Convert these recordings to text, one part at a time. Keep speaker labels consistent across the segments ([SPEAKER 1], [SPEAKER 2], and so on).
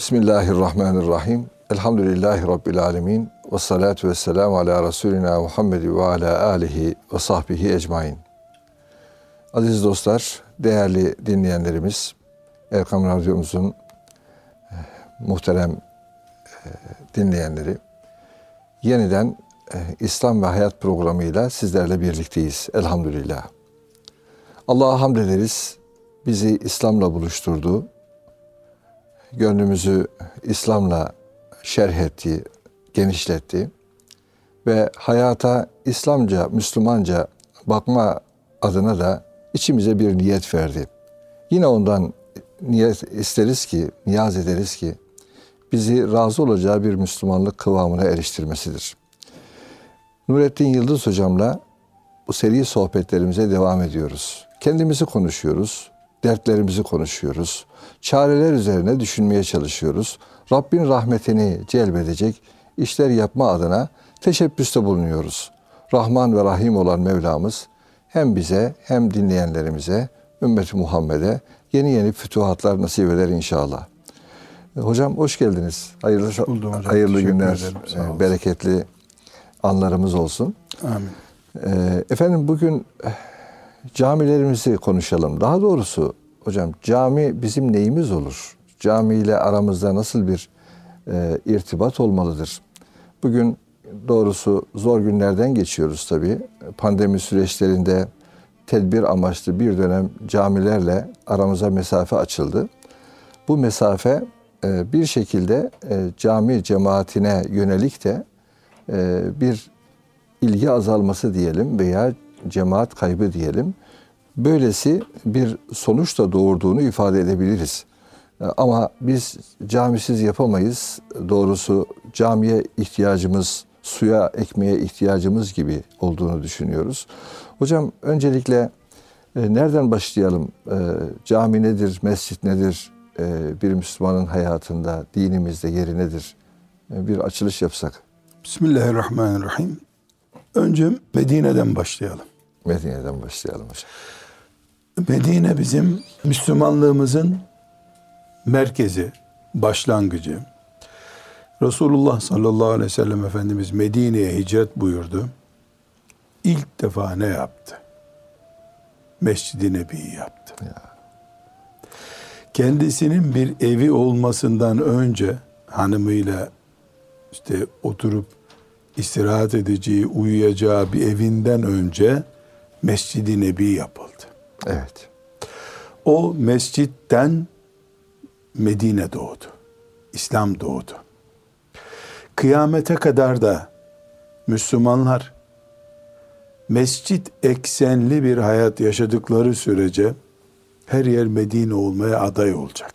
[SPEAKER 1] Bismillahirrahmanirrahim. Elhamdülillahi Rabbil alemin. Ve salatu ve selamu ala Resulina Muhammed ve ala alihi ve sahbihi ecmain. Aziz dostlar, değerli dinleyenlerimiz, Erkam Radyomuzun muhterem dinleyenleri, yeniden İslam ve Hayat programıyla sizlerle birlikteyiz. Elhamdülillah. Allah'a hamd ederiz. Bizi İslam'la buluşturdu. Gönlümüzü İslam'la şerh etti, genişletti ve hayata İslamca, Müslümanca bakma adına da içimize bir niyet verdi. Yine ondan niyet isteriz ki, niyaz ederiz ki bizi razı olacağı bir Müslümanlık kıvamına eriştirmesidir. Nurettin Yıldız hocamla bu seri sohbetlerimize devam ediyoruz. Kendimizi konuşuyoruz, dertlerimizi konuşuyoruz, çareler üzerine düşünmeye çalışıyoruz. Rabbin rahmetini celbedecek işler yapma adına teşebbüste bulunuyoruz. Rahman ve Rahim olan Mevlamız hem bize hem dinleyenlerimize, ümmeti Muhammed'e yeni fütuhatlar nasip eder inşallah. Hocam hoş geldiniz. Hayırlı günler, bereketli anlarımız olsun.
[SPEAKER 2] Amin.
[SPEAKER 1] Efendim bugün camilerimizi konuşalım. Daha doğrusu hocam cami bizim neyimiz olur? Cami ile aramızda nasıl bir irtibat olmalıdır? Bugün doğrusu zor günlerden geçiyoruz tabii. Pandemi süreçlerinde tedbir amaçlı bir dönem camilerle aramıza mesafe açıldı. Bu mesafe bir şekilde cami cemaatine yönelik de bir ilgi azalması diyelim veya cemaat kaybı diyelim. Böylesi bir sonuç da doğurduğunu ifade edebiliriz. Ama biz camisiz yapamayız. Doğrusu camiye ihtiyacımız, suya, ekmeğe ihtiyacımız gibi olduğunu düşünüyoruz. Hocam öncelikle nereden başlayalım? Cami nedir, mescit nedir? Bir Müslümanın hayatında, dinimizde yeri nedir? Bir açılış yapsak.
[SPEAKER 2] Bismillahirrahmanirrahim. Önce Medine'den başlayalım.
[SPEAKER 1] Medine'den başlayalım hocam.
[SPEAKER 2] Medine bizim Müslümanlığımızın merkezi, başlangıcı. Resulullah sallallahu aleyhi ve sellem Efendimiz Medine'ye hicret buyurdu. İlk defa ne yaptı? Mescid-i Nebi'yi yaptı. Ya. Kendisinin bir evi olmasından önce hanımıyla işte oturup istirahat edeceği, uyuyacağı bir evinden önce Mescid-i Nebi yapıldı.
[SPEAKER 1] Evet.
[SPEAKER 2] O mescitten Medine doğdu. İslam doğdu. Kıyamete kadar da Müslümanlar mescit eksenli bir hayat yaşadıkları sürece her yer Medine olmaya aday olacak.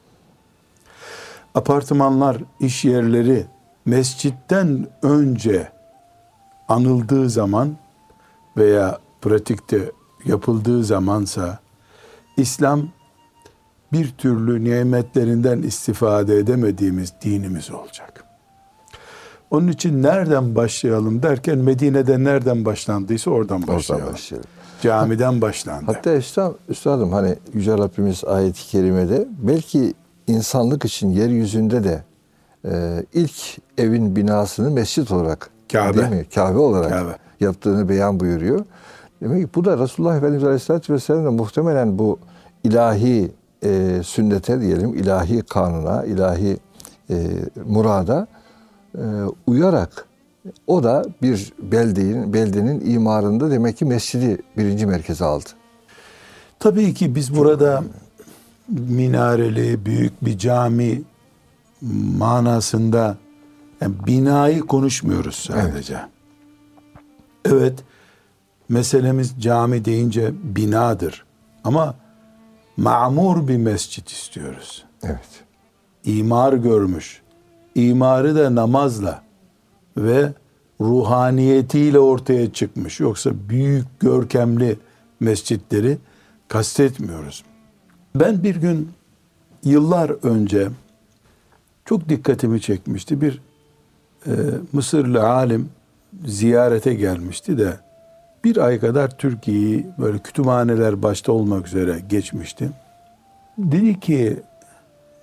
[SPEAKER 2] Apartmanlar, iş yerleri mescitten önce anıldığı zaman veya pratikte yapıldığı zamansa İslam bir türlü nimetlerinden istifade edemediğimiz dinimiz olacak. Onun için nereden başlayalım derken Medine'de nereden başlandıysa oradan başlayalım. Camiden başlandı.
[SPEAKER 1] Hatta üstadım hani Yüce Rabbimiz ayet-i kerimede belki insanlık için yeryüzünde de ilk evin binasını mescit olarak değil mi? Kabe olarak yaptığını beyan buyuruyor. Demek ki bu da Resulullah Efendimiz Aleyhisselatü Vesselam da muhtemelen bu ilahi sünnete diyelim, ilahi kanuna, ilahi murada uyarak o da bir beldenin imarında demek ki mescidi birinci merkeze aldı.
[SPEAKER 2] Tabii ki biz burada minareli büyük bir cami manasında yani binayı konuşmuyoruz sadece. Evet, meselemiz cami deyince binadır. Ama ma'mur bir mescit istiyoruz.
[SPEAKER 1] Evet.
[SPEAKER 2] İmar görmüş. İmarı da namazla ve ruhaniyetiyle ortaya çıkmış. Yoksa büyük görkemli mescitleri kastetmiyoruz. Ben bir gün yıllar önce çok dikkatimi çekmişti. Bir Mısırlı alim ziyarete gelmişti de bir ay kadar Türkiye'yi böyle kütüphaneler başta olmak üzere geçmişti. Dedi ki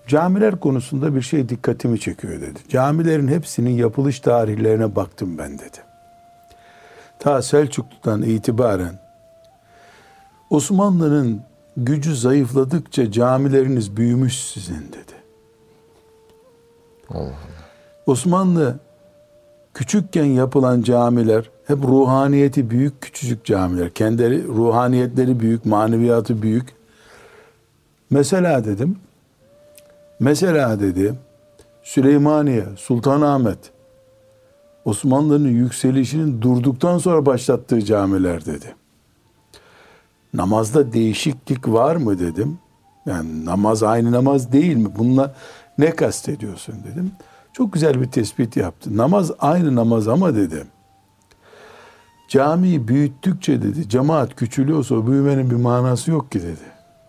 [SPEAKER 2] Camiler konusunda bir şey dikkatimi çekiyor dedi. Camilerin hepsinin yapılış tarihlerine baktım ben dedi. Ta Selçuklu'dan itibaren Osmanlı'nın gücü zayıfladıkça camileriniz büyümüş sizin dedi.
[SPEAKER 1] Allah Allah.
[SPEAKER 2] Osmanlı küçükken yapılan camiler hep ruhaniyeti büyük küçücük camiler. Kendileri ruhaniyetleri büyük, maneviyatı büyük. Mesela dedi Süleymaniye, Sultanahmet Osmanlı'nın yükselişinin durduktan sonra başlattığı camiler dedi. Namazda değişiklik var mı dedim. Yani namaz aynı namaz değil mi? Bununla ne kastediyorsun dedim. Çok güzel bir tespit yaptı. Namaz aynı namaz ama dedi. Camiyi büyüttükçe dedi, cemaat küçülüyorsa o büyümenin bir manası yok ki dedi.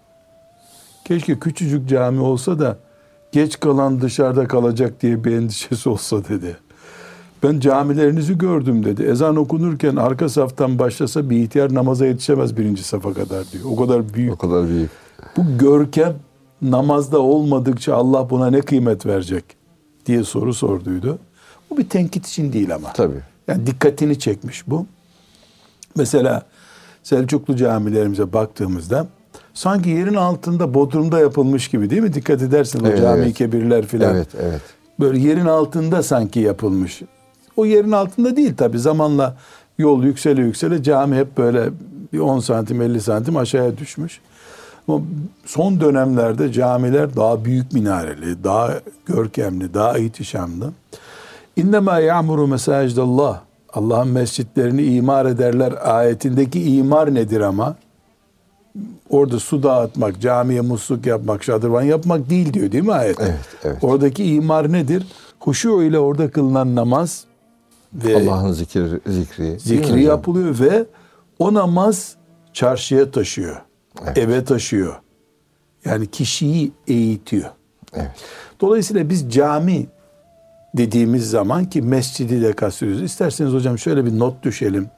[SPEAKER 2] Keşke küçücük cami olsa da geç kalan dışarıda kalacak diye bir endişesi olsa dedi. Ben camilerinizi gördüm dedi. Ezan okunurken arka saftan başlasa bir ihtiyar namaza yetişemez birinci safa kadar diyor. O kadar büyük.
[SPEAKER 1] O kadar büyük.
[SPEAKER 2] Bu görkem namazda olmadıkça Allah buna ne kıymet verecek diye soru sorduydu. Bu bir tenkit için değil ama.
[SPEAKER 1] Tabii.
[SPEAKER 2] Yani dikkatini çekmiş bu. Mesela Selçuklu camilerimize baktığımızda sanki yerin altında Bodrum'da yapılmış gibi değil mi? Dikkat edersin o
[SPEAKER 1] Evet,
[SPEAKER 2] cami
[SPEAKER 1] evet.
[SPEAKER 2] kebirler filan.
[SPEAKER 1] Evet, evet.
[SPEAKER 2] Böyle yerin altında sanki yapılmış. O yerin altında değil tabii. Zamanla yol yüksele cami hep böyle bir 10 santim 50 santim aşağıya düşmüş. Ama son dönemlerde camiler daha büyük minareli, daha görkemli, daha ihtişamlı. İnnemâ ya'muru mesâcidallah. Allah'ın mescitlerini imar ederler ayetindeki imar nedir ama? Orada su dağıtmak, camiye musluk yapmak, şadırvan yapmak değil diyor değil mi ayet?
[SPEAKER 1] Evet, evet.
[SPEAKER 2] Oradaki imar nedir? Huşu ile orada kılınan namaz ve
[SPEAKER 1] Allah'ın zikri.
[SPEAKER 2] zikri yapılıyor ve o namaz çarşıya taşıyor.
[SPEAKER 1] Evet.
[SPEAKER 2] Eve taşıyor. Yani kişiyi eğitiyor.
[SPEAKER 1] Evet.
[SPEAKER 2] Dolayısıyla biz cami dediğimiz zaman ki mescidi de kastediyoruz. İsterseniz hocam şöyle bir not düşelim.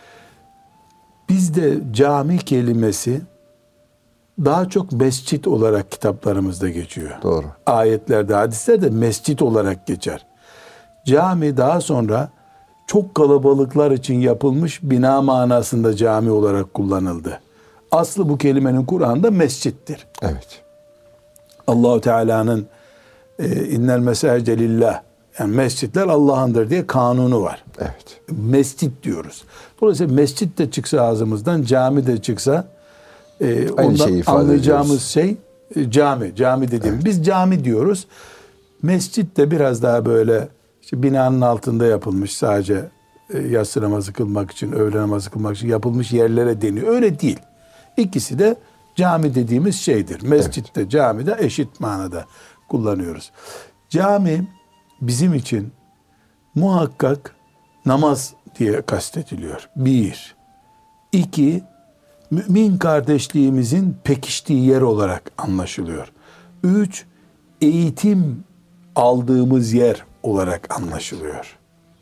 [SPEAKER 2] Bizde cami kelimesi daha çok mescit olarak kitaplarımızda geçiyor.
[SPEAKER 1] Doğru.
[SPEAKER 2] Ayetlerde, hadislerde mescit olarak geçer. Cami daha sonra çok kalabalıklar için yapılmış bina manasında cami olarak kullanıldı. Aslı bu kelimenin Kur'an'da mescittir.
[SPEAKER 1] Evet.
[SPEAKER 2] Allahu Teala'nın innel mesacide lillah, yani mescitler Allah'ındır diye kanunu var.
[SPEAKER 1] Evet.
[SPEAKER 2] Mescit diyoruz. Dolayısıyla mescit de çıksa ağzımızdan, cami de çıksa ondan
[SPEAKER 1] şeyi ifade
[SPEAKER 2] anlayacağımız
[SPEAKER 1] ediyoruz.
[SPEAKER 2] şey cami. Cami dediğimiz.
[SPEAKER 1] Evet.
[SPEAKER 2] Biz cami diyoruz. Mescit de biraz daha böyle işte binanın altında yapılmış, sadece yatsı namazı kılmak için, öğle namazı kılmak için yapılmış yerlere deniyor. Öyle değil. İkisi de cami dediğimiz şeydir. Mescit de cami de eşit manada kullanıyoruz. Cami bizim için muhakkak namaz diye kastediliyor. 1. 2. Mümin kardeşliğimizin pekiştiği yer olarak anlaşılıyor. 3. Eğitim aldığımız yer olarak anlaşılıyor.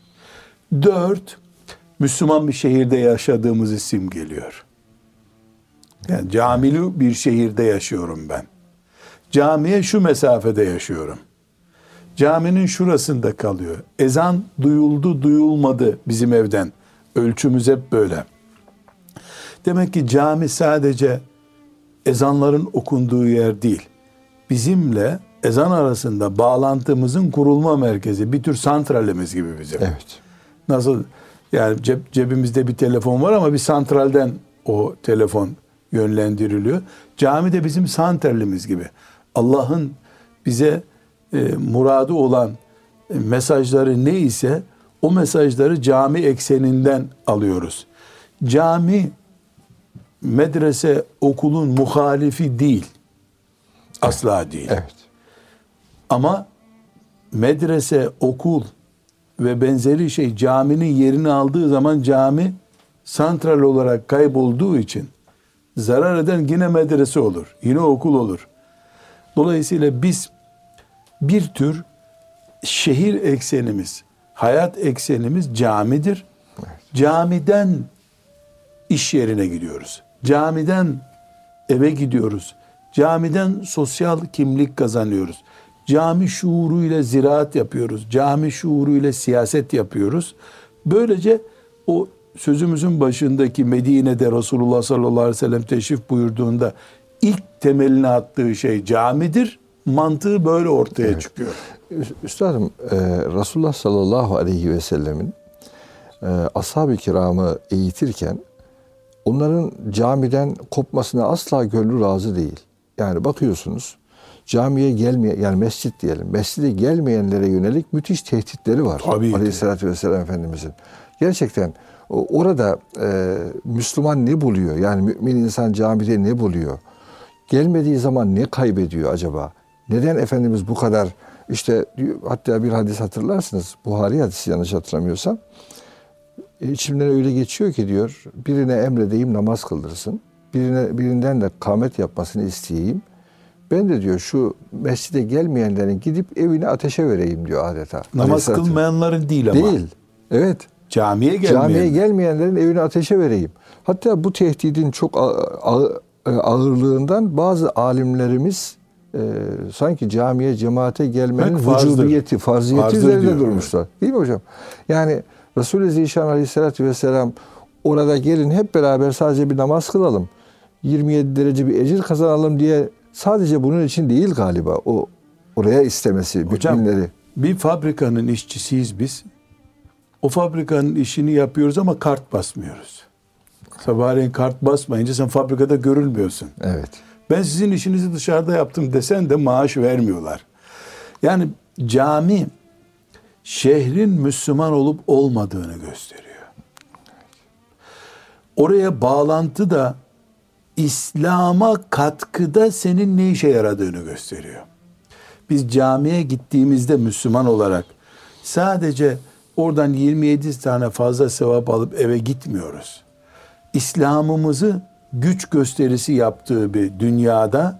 [SPEAKER 2] 4. Müslüman bir şehirde yaşadığımızı simgeliyor. Yani camili bir şehirde yaşıyorum ben. Camiye şu mesafede yaşıyorum. Caminin şurasında kalıyor. Ezan duyuldu duyulmadı bizim evden. Ölçümüz hep böyle. Demek ki cami sadece ezanların okunduğu yer değil. Bizimle ezan arasında bağlantımızın kurulma merkezi. Bir tür santralimiz gibi bizim.
[SPEAKER 1] Evet.
[SPEAKER 2] Nasıl yani cebimizde bir telefon var ama bir santralden o telefon yönlendiriliyor. Cami de bizim santralimiz gibi. Allah'ın bize muradı olan mesajları ne ise o mesajları cami ekseninden alıyoruz. Cami medrese, okulun muhalifi değil. Asla değil.
[SPEAKER 1] Evet.
[SPEAKER 2] Ama medrese, okul ve benzeri şey caminin yerini aldığı zaman cami santral olarak kaybolduğu için zarar eden yine medrese olur. Yine okul olur. Dolayısıyla biz bir tür şehir eksenimiz, hayat eksenimiz camidir.
[SPEAKER 1] Evet.
[SPEAKER 2] Camiden iş yerine gidiyoruz. Camiden eve gidiyoruz. Camiden sosyal kimlik kazanıyoruz. Cami şuuruyla ziraat yapıyoruz. Cami şuuruyla siyaset yapıyoruz. Böylece o sözümüzün başındaki Medine'de Resulullah sallallahu aleyhi ve sellem teşrif buyurduğunda ilk temelini attığı şey camidir. Mantığı böyle ortaya çıkıyor.
[SPEAKER 1] Üstadım, Resulullah sallallahu aleyhi ve sellemin ashab-ı kiramı eğitirken onların camiden kopmasına asla gönlü razı değil. Yani bakıyorsunuz camiye gelmeyen, yani mescit diyelim, mescide gelmeyenlere yönelik müthiş tehditleri var.
[SPEAKER 2] Tabii
[SPEAKER 1] Aleyhisselatü vesselam Efendimizin. Gerçekten orada Müslüman ne buluyor? Yani mümin insan camide ne buluyor? Gelmediği zaman ne kaybediyor acaba? Neden Efendimiz bu kadar, işte hatta bir hadis hatırlarsınız, Buhari hadisi yanlış hatırlamıyorsam, içimden öyle geçiyor ki diyor, birine emredeyim namaz kıldırsın, birinden de kâmet yapmasını isteyeyim. Ben de diyor şu mescide gelmeyenlerin gidip evini ateşe vereyim diyor adeta.
[SPEAKER 2] Namaz kılmayanların değil ama.
[SPEAKER 1] Değil. Evet.
[SPEAKER 2] Camiye
[SPEAKER 1] gelmeyenlerin evini ateşe vereyim. Hatta bu tehdidin çok ağırlığından bazı alimlerimiz sanki camiye, cemaate gelmenin vücubiyeti, farziyeti üzerinde durmuşlar. Evet. Değil mi hocam? Yani Resul-i Zişan Aleyhisselatü Vesselam orada gelin hep beraber sadece bir namaz kılalım, 27 derece bir ecir kazanalım diye sadece bunun için değil galiba oraya istemesi
[SPEAKER 2] hocam,
[SPEAKER 1] müminleri.
[SPEAKER 2] Bir fabrikanın işçisiyiz biz. O fabrikanın işini yapıyoruz ama kart basmıyoruz. Sabahleyin kart basmayınca sen fabrikada görülmüyorsun.
[SPEAKER 1] Evet.
[SPEAKER 2] Ben sizin işinizi dışarıda yaptım desen de maaş vermiyorlar. Yani cami şehrin Müslüman olup olmadığını gösteriyor. Oraya bağlantı da İslam'a katkıda senin ne işe yaradığını gösteriyor. Biz camiye gittiğimizde Müslüman olarak sadece oradan 27 tane fazla sevap alıp eve gitmiyoruz. İslam'ımızı güç gösterisi yaptığı bir dünyada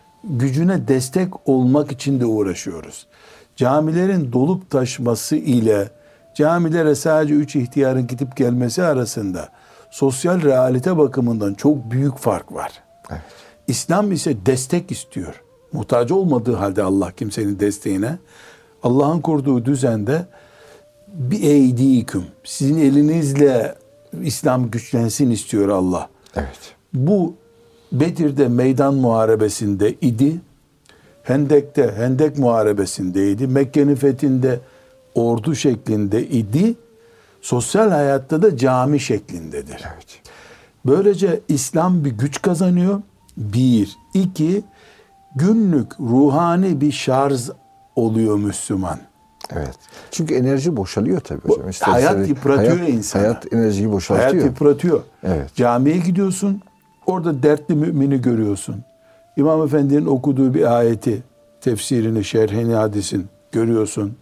[SPEAKER 2] gücüne destek olmak için de uğraşıyoruz. Camilerin dolup taşması ile camilere sadece 3 ihtiyarın gidip gelmesi arasında sosyal realite bakımından çok büyük fark var. Evet. İslam ise destek istiyor. Muhtaç olmadığı halde Allah kimsenin desteğine, Allah'ın kurduğu düzende bir eydiküm, sizin elinizle İslam güçlensin istiyor Allah.
[SPEAKER 1] Evet.
[SPEAKER 2] Bu Bedir'de meydan muharebesinde idi. Hendek'te Hendek muharebesindeydi. Mekke'nin fethinde ordu şeklinde idi. Sosyal hayatta da cami şeklindedir.
[SPEAKER 1] Evet.
[SPEAKER 2] Böylece İslam bir güç kazanıyor. Bir. İki, günlük ruhani bir şarj oluyor Müslüman.
[SPEAKER 1] Evet. Çünkü enerji boşalıyor tabii hocam.
[SPEAKER 2] Hayat yıpratıyor insanı.
[SPEAKER 1] Hayat enerjiyi boşaltıyor.
[SPEAKER 2] Hayat yıpratıyor.
[SPEAKER 1] Evet.
[SPEAKER 2] Camiye gidiyorsun. Orada dertli mümini görüyorsun. İmam Efendi'nin okuduğu bir ayeti, tefsirini, şerhini, hadisin görüyorsun.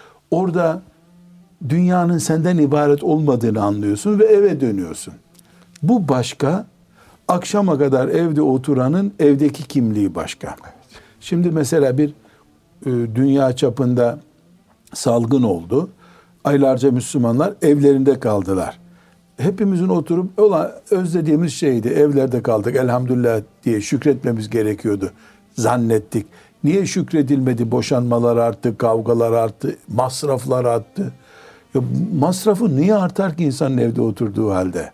[SPEAKER 2] Orada dünyanın senden ibaret olmadığını anlıyorsun ve eve dönüyorsun. Bu başka. Akşama kadar evde oturanın evdeki kimliği başka. Evet. Şimdi mesela bir dünya çapında salgın oldu. Aylarca Müslümanlar evlerinde kaldılar. Hepimizin oturup özlediğimiz şeydi. Evlerde kaldık elhamdülillah diye şükretmemiz gerekiyordu. Zannettik. Niye şükredilmedi? Boşanmalar arttı, kavgalar arttı, masraflar arttı. Ya masrafı niye artar ki insanın evde oturduğu halde?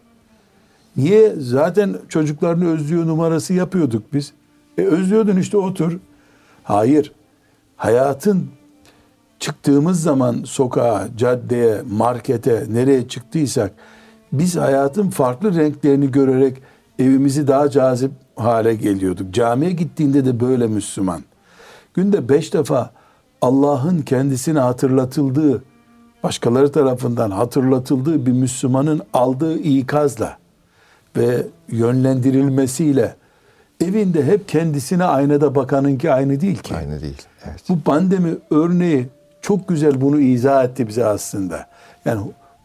[SPEAKER 2] Niye? Zaten çocuklarını özlüyor numarası yapıyorduk biz. Özlüyordun işte otur. Hayır. Hayatın çıktığımız zaman sokağa, caddeye, markete, nereye çıktıysak biz hayatın farklı renklerini görerek evimizi daha cazip hale geliyorduk. Camiye gittiğinde de böyle Müslüman. Günde 5 defa Allah'ın kendisine hatırlatıldığı, başkaları tarafından hatırlatıldığı bir Müslümanın aldığı ikazla ve yönlendirilmesiyle evinde hep kendisine aynada bakanınki aynı değil ki.
[SPEAKER 1] Aynı değil. Evet.
[SPEAKER 2] Bu pandemi örneği çok güzel bunu izah etti bize aslında. Yani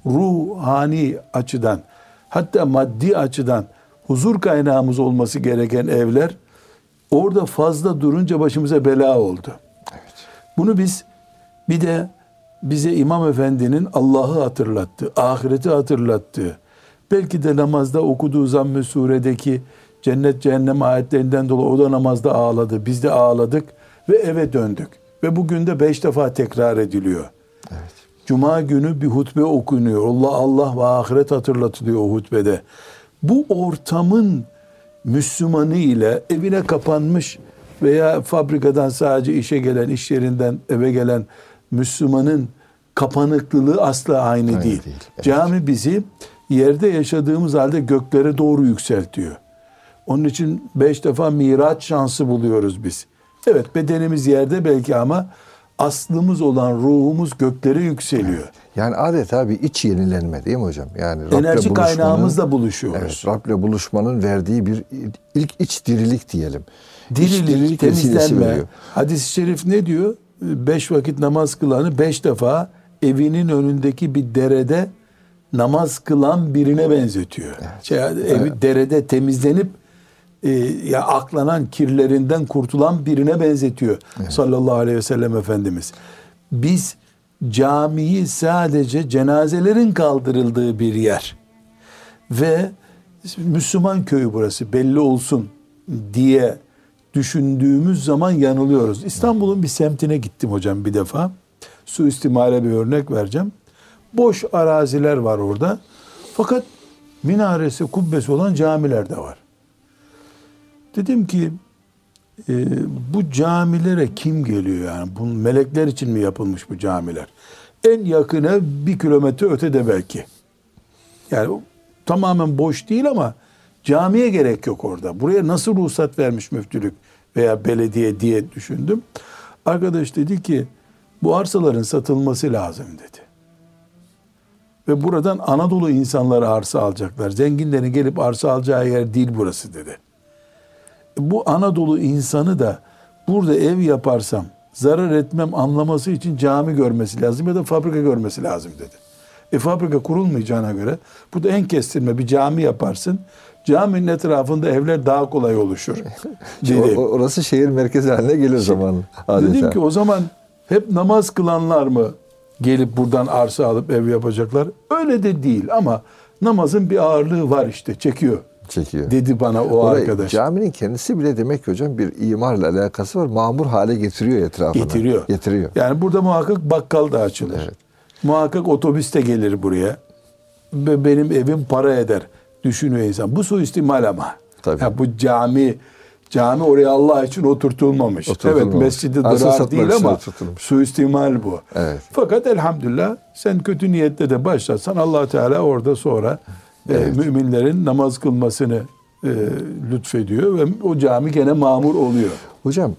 [SPEAKER 2] ruhani açıdan, hatta maddi açıdan huzur kaynağımız olması gereken evler orada fazla durunca başımıza bela oldu.
[SPEAKER 1] Evet.
[SPEAKER 2] Bunu biz bir de bize İmam Efendi'nin Allah'ı hatırlattığı, ahireti hatırlattığı, belki de namazda okuduğu Zamm-ı Sure'deki cennet cehennem ayetlerinden dolayı o da namazda ağladı. Biz de ağladık ve eve döndük. Ve bugün de 5 defa tekrar ediliyor.
[SPEAKER 1] Evet.
[SPEAKER 2] Cuma günü bir hutbe okunuyor. Allah Allah ve ahiret hatırlatılıyor o hutbede. Bu ortamın Müslümanı ile evine kapanmış veya fabrikadan sadece işe gelen, iş yerinden eve gelen Müslümanın kapanıklılığı asla aynı değil.
[SPEAKER 1] Evet.
[SPEAKER 2] Cami bizi yerde yaşadığımız halde göklere doğru yükseltiyor. Onun için 5 defa miraç şansı buluyoruz biz. Evet, bedenimiz yerde belki ama aslımız olan ruhumuz göklere yükseliyor.
[SPEAKER 1] Evet. Yani adeta bir iç yenilenme değil mi hocam? Yani
[SPEAKER 2] Enerji kaynağımızla buluşuyoruz.
[SPEAKER 1] Evet, Rab'le buluşmanın verdiği bir ilk iç dirilik diyelim.
[SPEAKER 2] Dirilik, temizlenme.
[SPEAKER 1] veriyor.
[SPEAKER 2] Hadis-i şerif ne diyor? 5 vakit namaz kılanı 5 defa evinin önündeki bir derede namaz kılan birine benzetiyor. Evet. Derede temizlenip ya aklanan kirlerinden kurtulan birine benzetiyor. Evet. Sallallahu aleyhi ve sellem Efendimiz. Biz camiyi sadece cenazelerin kaldırıldığı bir yer ve Müslüman köyü burası belli olsun diye düşündüğümüz zaman yanılıyoruz. İstanbul'un bir semtine gittim hocam bir defa. Suistimale bir örnek vereceğim. Boş araziler var orada. Fakat minaresi, kubbesi olan camiler de var. Dedim ki bu camilere kim geliyor yani? Bu melekler için mi yapılmış bu camiler? En yakına 1 kilometre ötede belki. Yani tamamen boş değil ama camiye gerek yok orada. Buraya nasıl ruhsat vermiş müftülük veya belediye diye düşündüm. Arkadaş dedi ki bu arsaların satılması lazım dedi. Ve buradan Anadolu insanları arsa alacaklar. Zenginlerin gelip arsa alacağı yer değil burası dedi. Bu Anadolu insanı da burada ev yaparsam zarar etmem anlaması için cami görmesi lazım ya da fabrika görmesi lazım dedi. Fabrika kurulmayacağına göre burada en kestirme bir cami yaparsın. Caminin etrafında evler daha kolay oluşur.
[SPEAKER 1] Orası şehir merkezi haline gelir zamanla.
[SPEAKER 2] Dedim ki o zaman hep namaz kılanlar mı gelip buradan arsa alıp ev yapacaklar? Öyle de değil ama namazın bir ağırlığı var işte çekiyor. Dedi bana o arkadaş.
[SPEAKER 1] Caminin kendisi bile demek ki hocam bir imarla alakası var. Mamur hale getiriyor etrafını. Getiriyor.
[SPEAKER 2] Yani burada muhakkak bakkal da açılır. Evet. Muhakkak otobüs de gelir buraya. Benim evim para eder düşünüyor insan. Bu suistimal ama. Ya bu cami oraya Allah için oturtulmamış. Evet, mescidi dırar değil ama suistimal bu. Evet. Fakat elhamdülillah sen kötü niyetle de başlatsan Allah Teala orada sonra müminlerin namaz kılmasını lütfediyor ve o cami gene mamur oluyor.
[SPEAKER 1] Hocam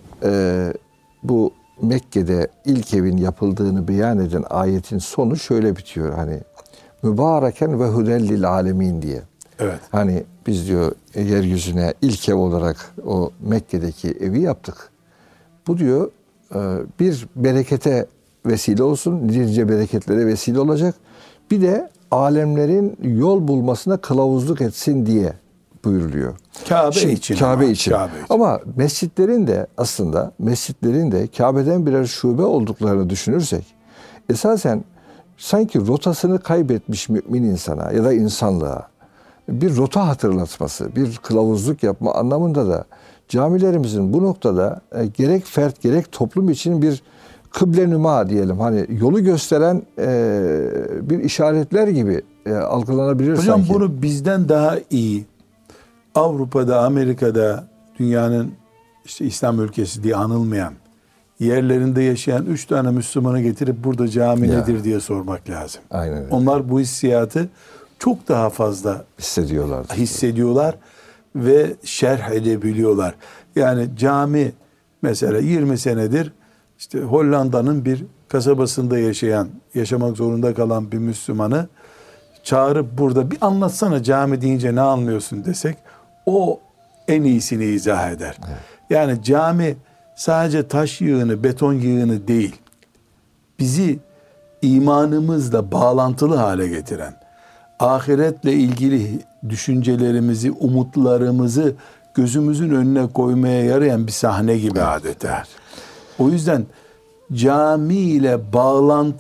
[SPEAKER 1] bu Mekke'de ilk evin yapıldığını beyan eden ayetin sonu şöyle bitiyor. Hani mübareken ve hudellil alemin diye.
[SPEAKER 2] Evet.
[SPEAKER 1] Hani biz diyor yeryüzüne ilk ev olarak o Mekke'deki evi yaptık. Bu diyor bir berekete vesile olsun, nice bereketlere vesile olacak. Bir de alemlerin yol bulmasına kılavuzluk etsin diye buyuruluyor. Kabe için. Ama mescitlerin de aslında Kabe'den birer şube olduklarını düşünürsek esasen sanki rotasını kaybetmiş mümin insana ya da insanlığa bir rota hatırlatması, bir kılavuzluk yapma anlamında da camilerimizin bu noktada gerek fert gerek toplum için bir kıble-nüma diyelim. Hani yolu gösteren bir işaretler gibi algılanabilir
[SPEAKER 2] hocam
[SPEAKER 1] sanki.
[SPEAKER 2] Hocam bunu bizden daha iyi Avrupa'da, Amerika'da, dünyanın işte İslam ülkesi diye anılmayan yerlerinde yaşayan 3 tane Müslümanı getirip burada cami nedir diye sormak lazım.
[SPEAKER 1] Aynen öyle.
[SPEAKER 2] Onlar bu hissiyatı çok daha fazla hissediyorlar ve şerh edebiliyorlar. Yani cami mesela 20 senedir işte Hollanda'nın bir kasabasında yaşamak zorunda kalan bir Müslümanı çağırıp burada bir anlatsana cami deyince ne anlıyorsun desek o en iyisini izah eder. Evet. Yani cami sadece taş yığını, beton yığını değil. Bizi imanımızla bağlantılı hale getiren, ahiretle ilgili düşüncelerimizi, umutlarımızı gözümüzün önüne koymaya yarayan bir sahne gibi adeta. O yüzden cami ile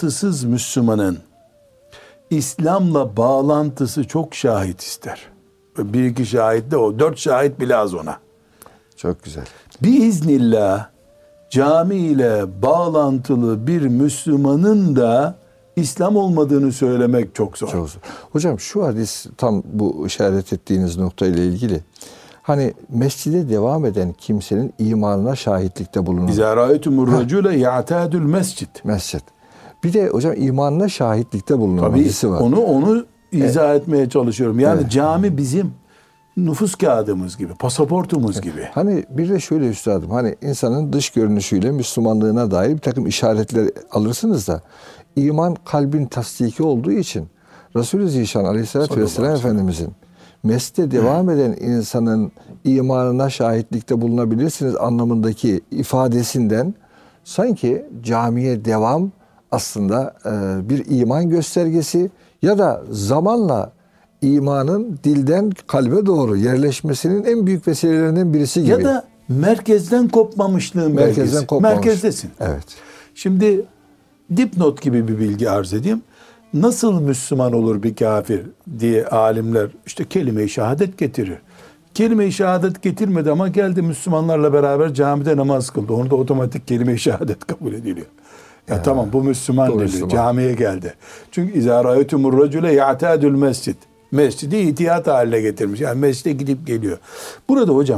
[SPEAKER 2] bağlantısız Müslümanın İslam'la bağlantısı çok şahit ister. Bir iki şahit de o. 4 şahit bile az ona.
[SPEAKER 1] Çok güzel.
[SPEAKER 2] Biiznillah cami ile bağlantılı bir Müslümanın da İslam olmadığını söylemek çok zor.
[SPEAKER 1] Çok zor. Hocam şu hadis tam bu işaret ettiğiniz noktayla ilgili. Hani mescide devam eden kimsenin imanına şahitlikte bulunur.
[SPEAKER 2] İzâ râetumur racûle ya'tâdül mescid.
[SPEAKER 1] Mescid. Bir de hocam imanına şahitlikte bulunan
[SPEAKER 2] Tabii
[SPEAKER 1] hadisi var.
[SPEAKER 2] onu izah etmeye çalışıyorum. Yani
[SPEAKER 1] Evet.
[SPEAKER 2] cami bizim nüfus kağıdımız gibi, pasaportumuz gibi.
[SPEAKER 1] Hani bir de şöyle üstadım, hani insanın dış görünüşüyle Müslümanlığına dair bir takım işaretler alırsınız da iman kalbin tasdiki olduğu için Resulü Zişan Aleyhisselatü Vesselam Efendimizin mescide devam eden insanın imanına şahitlikte bulunabilirsiniz anlamındaki ifadesinden sanki camiye devam aslında bir iman göstergesi ya da zamanla imanın dilden kalbe doğru yerleşmesinin en büyük vesilelerinden birisi gibi.
[SPEAKER 2] Ya da merkezden kopmamışlığın belgesi. Merkezdesin.
[SPEAKER 1] Evet.
[SPEAKER 2] Şimdi dipnot gibi bir bilgi arz edeyim. Nasıl Müslüman olur bir kafir diye alimler işte kelime-i şehadet getirir. Kelime-i şehadet getirmedi ama geldi Müslümanlarla beraber camide namaz kıldı. Onu da otomatik kelime-i şehadet kabul ediliyor. Ya tamam bu Müslüman
[SPEAKER 1] bu
[SPEAKER 2] dedi.
[SPEAKER 1] Müslüman.
[SPEAKER 2] Camiye geldi. Çünkü izâ râetumur racûle ya'tâdül mescid. Mescidi ihtiyat haline getirmiş. Yani mescide gidip geliyor. Burada hocam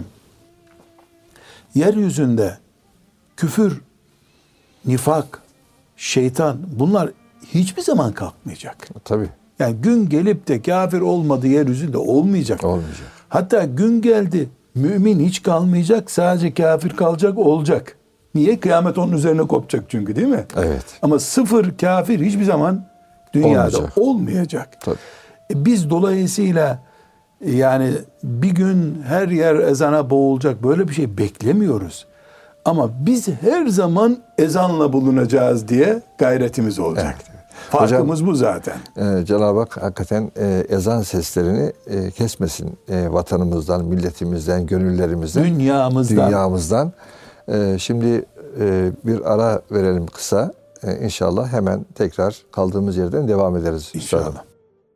[SPEAKER 2] yeryüzünde küfür, nifak, şeytan bunlar hiçbir zaman kalkmayacak.
[SPEAKER 1] Tabii.
[SPEAKER 2] Yani gün gelip de kafir olmadı yeryüzünde olmayacak.
[SPEAKER 1] Olmayacak.
[SPEAKER 2] Hatta gün geldi mümin hiç kalmayacak, sadece kafir kalacak, olacak. Niye? Kıyamet onun üzerine kopacak çünkü, değil mi?
[SPEAKER 1] Evet.
[SPEAKER 2] Ama sıfır kafir hiçbir zaman dünyada olmayacak.
[SPEAKER 1] Tabii.
[SPEAKER 2] Biz dolayısıyla yani bir gün her yer ezana boğulacak böyle bir şey beklemiyoruz. Ama biz her zaman ezanla bulunacağız diye gayretimiz olacak.
[SPEAKER 1] Evet.
[SPEAKER 2] Farkımız
[SPEAKER 1] Hocam,
[SPEAKER 2] bu zaten.
[SPEAKER 1] Cenab-ı Hak hakikaten ezan seslerini kesmesin vatanımızdan, milletimizden, gönüllerimizden, dünyamızdan. Şimdi bir ara verelim kısa. İnşallah hemen tekrar kaldığımız yerden devam ederiz.
[SPEAKER 2] İnşallah.
[SPEAKER 1] Üstadım.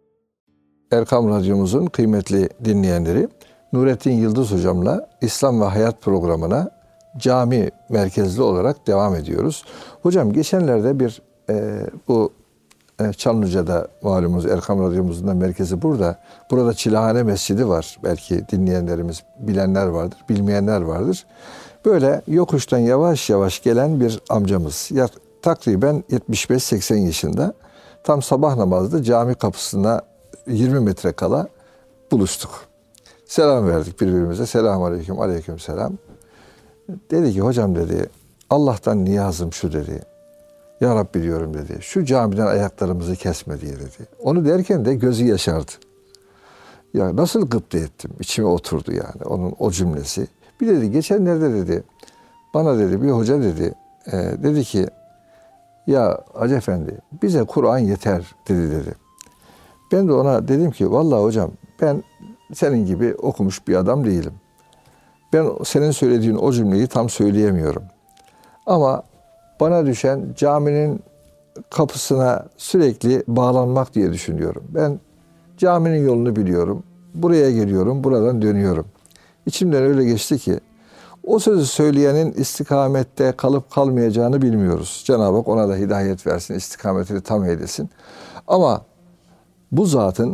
[SPEAKER 1] Erkam Radyomuzun kıymetli dinleyenleri, Nurettin Yıldız Hocam'la İslam ve Hayat programına cami merkezli olarak devam ediyoruz. Hocam geçenlerde bir bu Çamlıca'da malumunuz Erkam Radyomuzun da merkezi burada. Burada Çilehane Mescidi var. Belki dinleyenlerimiz bilenler vardır, bilmeyenler vardır. Böyle yokuştan yavaş yavaş gelen bir amcamız. Takriben 75-80 yaşında. Tam sabah namazda cami kapısına 20 metre kala buluştuk. Selam verdik birbirimize. Selamun aleyküm, aleyküm selam. Dedi ki hocam dedi, Allah'tan niyazım şu dedi. Ya Rabbi diyorum dedi. Şu camiden ayaklarımızı kesme diye dedi. Onu derken de gözü yaşardı. Ya nasıl gıpta ettim. İçime oturdu yani onun o cümlesi. Bir dedi geçenlerde dedi bana dedi bir hoca dedi dedi ki ya Hacı Efendi bize Kur'an yeter dedi. Ben de ona dedim ki vallahi hocam ben senin gibi okumuş bir adam değilim. Ben senin söylediğin o cümleyi tam söyleyemiyorum. Ama bana düşen caminin kapısına sürekli bağlanmak diye düşünüyorum. Ben caminin yolunu biliyorum. Buraya geliyorum, buradan dönüyorum. İçimden öyle geçti ki o sözü söyleyenin istikamette kalıp kalmayacağını bilmiyoruz. Cenab-ı Hak ona da hidayet versin, istikametini tam eylesin. Ama bu zatın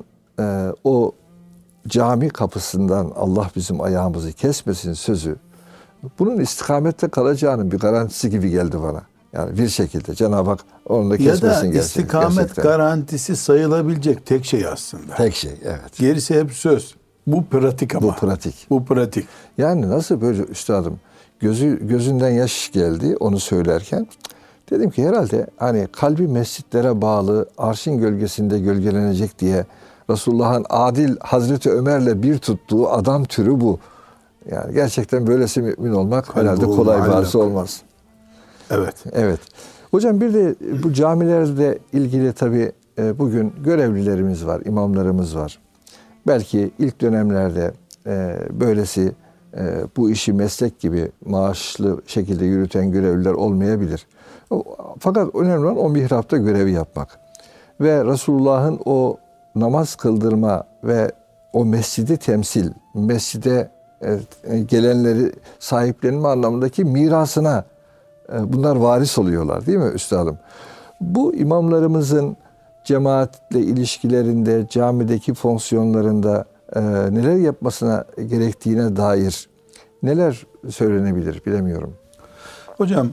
[SPEAKER 1] o cami kapısından Allah bizim ayağımızı kesmesin sözü bunun istikamette kalacağının bir garantisi gibi geldi bana. Yani bir şekilde Cenab-ı Hak onu da kesmesin gerçekten.
[SPEAKER 2] Ya da istikamet garantisi sayılabilecek tek şey aslında.
[SPEAKER 1] Tek şey, evet.
[SPEAKER 2] Gerisi hep söz. Bu pratik ama. Bu pratik.
[SPEAKER 1] Yani nasıl böyle üstadım gözünden yaş geldi onu söylerken. Dedim ki herhalde hani kalbi mescitlere bağlı arşın gölgesinde gölgelenecek diye Resulullah'ın adil Hazreti Ömer'le bir tuttuğu adam türü bu. Yani gerçekten böylesi mümin olmak herhalde kolay bir hadise olmaz.
[SPEAKER 2] Evet.
[SPEAKER 1] Evet. Hocam bir de bu camilerde ilgili tabii bugün görevlilerimiz var, imamlarımız var. Belki ilk dönemlerde böylesi bu işi meslek gibi maaşlı şekilde yürüten görevliler olmayabilir. Fakat önemli olan o mihrapta görevi yapmak. Ve Resulullah'ın o namaz kıldırma ve o mescidi temsil, mescide gelenleri sahiplenme anlamındaki mirasına bunlar varis oluyorlar değil mi üstadım? Bu imamlarımızın cemaatle ilişkilerinde, camideki fonksiyonlarında neler yapmasına gerektiğine dair neler söylenebilir bilemiyorum.
[SPEAKER 2] Hocam,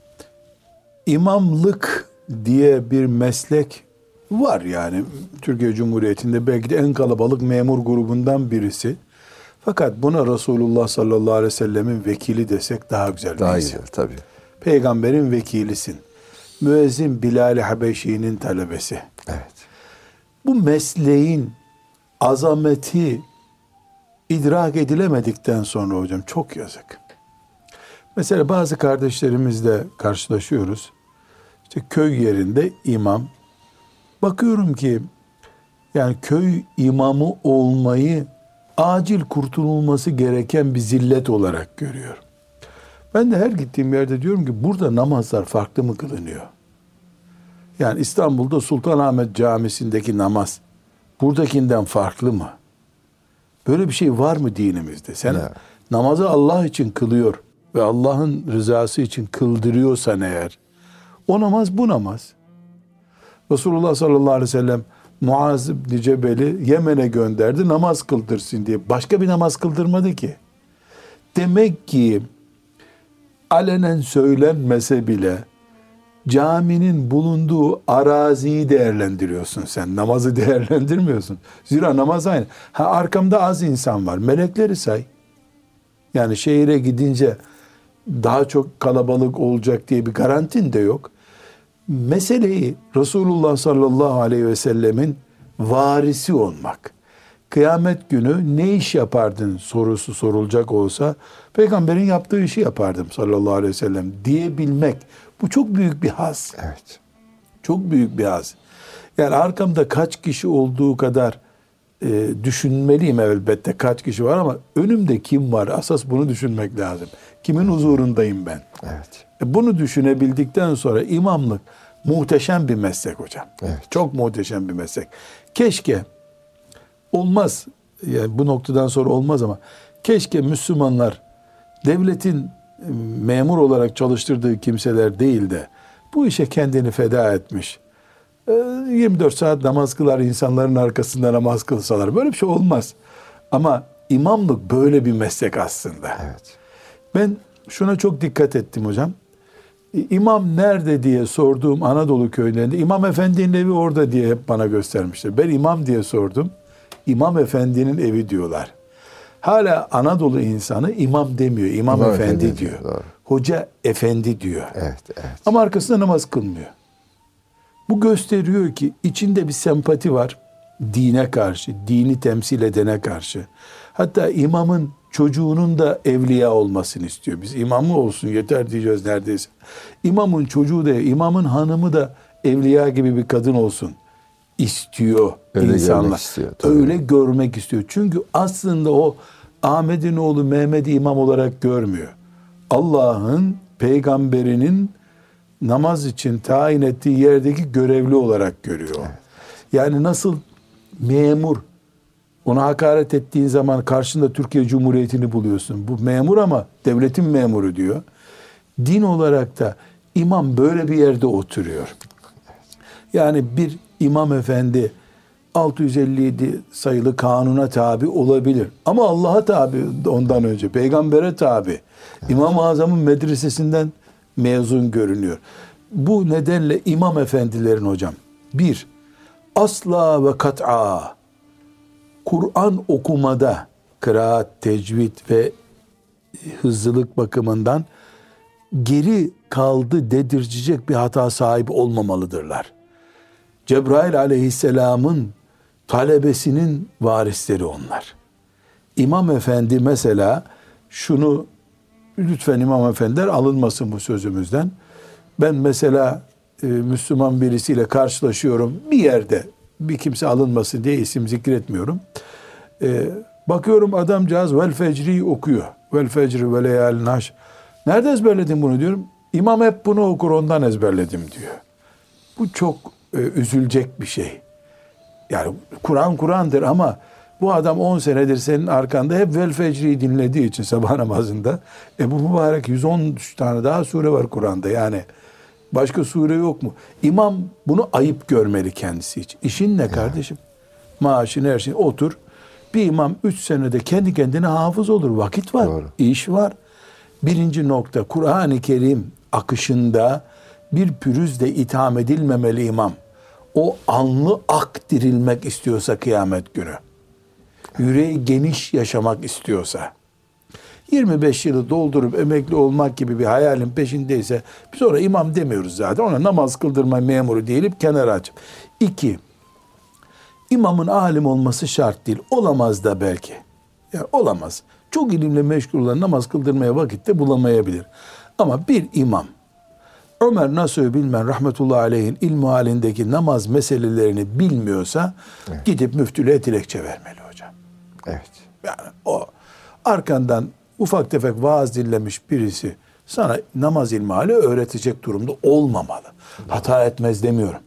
[SPEAKER 2] imamlık diye bir meslek var yani. Türkiye Cumhuriyeti'nde belki de en kalabalık memur grubundan birisi. Fakat buna Resulullah sallallahu aleyhi ve sellemin vekili desek daha güzel.
[SPEAKER 1] Daha güzel tabii.
[SPEAKER 2] Peygamberin vekilisin. Müezzin Bilal-i Habeşi'nin talebesi.
[SPEAKER 1] Evet.
[SPEAKER 2] Bu mesleğin azameti idrak edilemedikten sonra hocam çok yazık. Mesela bazı kardeşlerimizle karşılaşıyoruz. İşte köy yerinde imam. Bakıyorum ki yani köy imamı olmayı acil kurtululması gereken bir zillet olarak görüyorum. Ben de her gittiğim yerde diyorum ki burada namazlar farklı mı kılınıyor? Yani İstanbul'da Sultanahmet Camisi'ndeki namaz buradakinden farklı mı? Böyle bir şey var mı dinimizde? Sen namazı Allah için kılıyor ve Allah'ın rızası için kıldırıyorsan eğer, o namaz bu namaz. Resulullah sallallahu aleyhi ve sellem Muaz ibn Cebel'i Yemen'e gönderdi, namaz kıldırsın diye. Başka bir namaz kıldırmadı ki. Demek ki alenen söylenmese bile caminin bulunduğu araziyi değerlendiriyorsun sen. Namazı değerlendirmiyorsun. Zira namaz aynı. Arkamda az insan var. Melekleri say. Yani şehire gidince daha çok kalabalık olacak diye bir garantin de yok. Meseleyi Resulullah sallallahu aleyhi ve sellemin varisi olmak. Kıyamet günü ne iş yapardın sorusu sorulacak olsa peygamberin yaptığı işi yapardım sallallahu aleyhi ve sellem diyebilmek. Bu çok büyük bir haz.
[SPEAKER 1] Evet.
[SPEAKER 2] Çok büyük bir haz. Yani arkamda kaç kişi olduğu kadar düşünmeliyim elbette kaç kişi var ama önümde kim var? Asas bunu düşünmek lazım. Kimin huzurundayım ben?
[SPEAKER 1] Evet.
[SPEAKER 2] Bunu düşünebildikten sonra imamlık muhteşem bir meslek hocam.
[SPEAKER 1] Evet.
[SPEAKER 2] Çok muhteşem bir meslek. Keşke olmaz, yani bu noktadan sonra olmaz ama keşke Müslümanlar devletin memur olarak çalıştırdığı kimseler değil de bu işe kendini feda etmiş. 24 saat namaz kılar insanların arkasında namaz kılsalar böyle bir şey olmaz. Ama imamlık böyle bir meslek aslında.
[SPEAKER 1] Evet.
[SPEAKER 2] Ben şuna çok dikkat ettim hocam. İmam nerede diye sorduğum Anadolu köylerinde İmam Efendi'nin evi orada diye hep bana göstermişler. Ben imam diye sordum. İmam Efendi'nin evi diyorlar. Hala Anadolu insanı imam demiyor. İmam Efendi diyor.
[SPEAKER 1] Doğru.
[SPEAKER 2] Hoca efendi diyor.
[SPEAKER 1] Evet, evet.
[SPEAKER 2] Ama arkasında namaz kılmıyor. Bu gösteriyor ki içinde bir sempati var dine karşı, dini temsil edene karşı. Hatta imamın çocuğunun da evliya olmasını istiyor. Biz imamı olsun yeter diyeceğiz neredeyse. İmamın çocuğu da, imamın hanımı da evliya gibi bir kadın olsun istiyor
[SPEAKER 1] öyle
[SPEAKER 2] insanlar.
[SPEAKER 1] Istiyor, tabii.
[SPEAKER 2] Öyle görmek istiyor. Çünkü aslında o Ahmet'in oğlu Mehmet'i imam olarak görmüyor. Allah'ın peygamberinin namaz için tayin ettiği yerdeki görevli olarak görüyor. Evet. Yani nasıl memur, ona hakaret ettiğin zaman karşında Türkiye Cumhuriyeti'ni buluyorsun. Bu memur ama devletin memuru diyor. Din olarak da imam böyle bir yerde oturuyor. Yani bir imam efendi 657 sayılı kanuna tabi olabilir. Ama Allah'a tabi ondan önce, peygambere tabi. Evet. İmam-ı Azam'ın medresesinden mezun görünüyor. Bu nedenle imam efendilerin hocam, bir, asla ve kat'a Kur'an okumada, kıraat, tecvid ve hızlılık bakımından geri kaldı dedirtecek bir hata sahibi olmamalıdırlar. Cebrail aleyhisselamın talebesinin varisleri onlar. İmam efendi mesela şunu, lütfen imam efendiler alınmasın bu sözümüzden. Ben mesela Müslüman birisiyle karşılaşıyorum bir yerde, bir kimse alınmasın diye isim zikretmiyorum. Bakıyorum adamcağız vel fecri okuyor. Vel fecri ve leyalin haş. Nerede ezberledin bunu diyorum. İmam hep bunu okur ondan ezberledim diyor. Bu çok üzülecek bir şey. Yani Kur'an Kur'an'dır ama Bu adam 10 senedir senin arkanda hep vel fecri dinlediği için sabah namazında. Bu mübarek 113 tane daha sure var Kur'an'da. Yani başka sure yok mu? İmam bunu ayıp görmeli kendisi için. İşin ne kardeşim? Maaşın her şey. Otur. Bir imam 3 senede kendi kendine hafız olur. Vakit var.
[SPEAKER 1] Doğru.
[SPEAKER 2] İş var. Birinci nokta, Kur'an-ı Kerim akışında bir pürüzle itham edilmemeli imam. O anlı ak dirilmek istiyorsa kıyamet günü, yüreği geniş yaşamak istiyorsa, 25 yılı doldurup emekli olmak gibi bir hayalin peşindeyse, biz ona imam demiyoruz zaten. Ona namaz kıldırma memuru değilip kenara açıp. 2, imamın alim olması şart değil. Olamaz da belki. Yani olamaz. Çok ilimle meşgul olan namaz kıldırmaya vakitte bulamayabilir. Ama bir imam, Ömer Nasuh Bilmen rahmetullahi aleyhin ilmi halindeki namaz meselelerini bilmiyorsa, gidip müftülüğe dilekçe vermeli hocam.
[SPEAKER 1] Evet.
[SPEAKER 2] Yani o arkandan ufak tefek vaaz dinlemiş birisi sana namaz ilmihali öğretecek durumda olmamalı. Hata etmez demiyorum.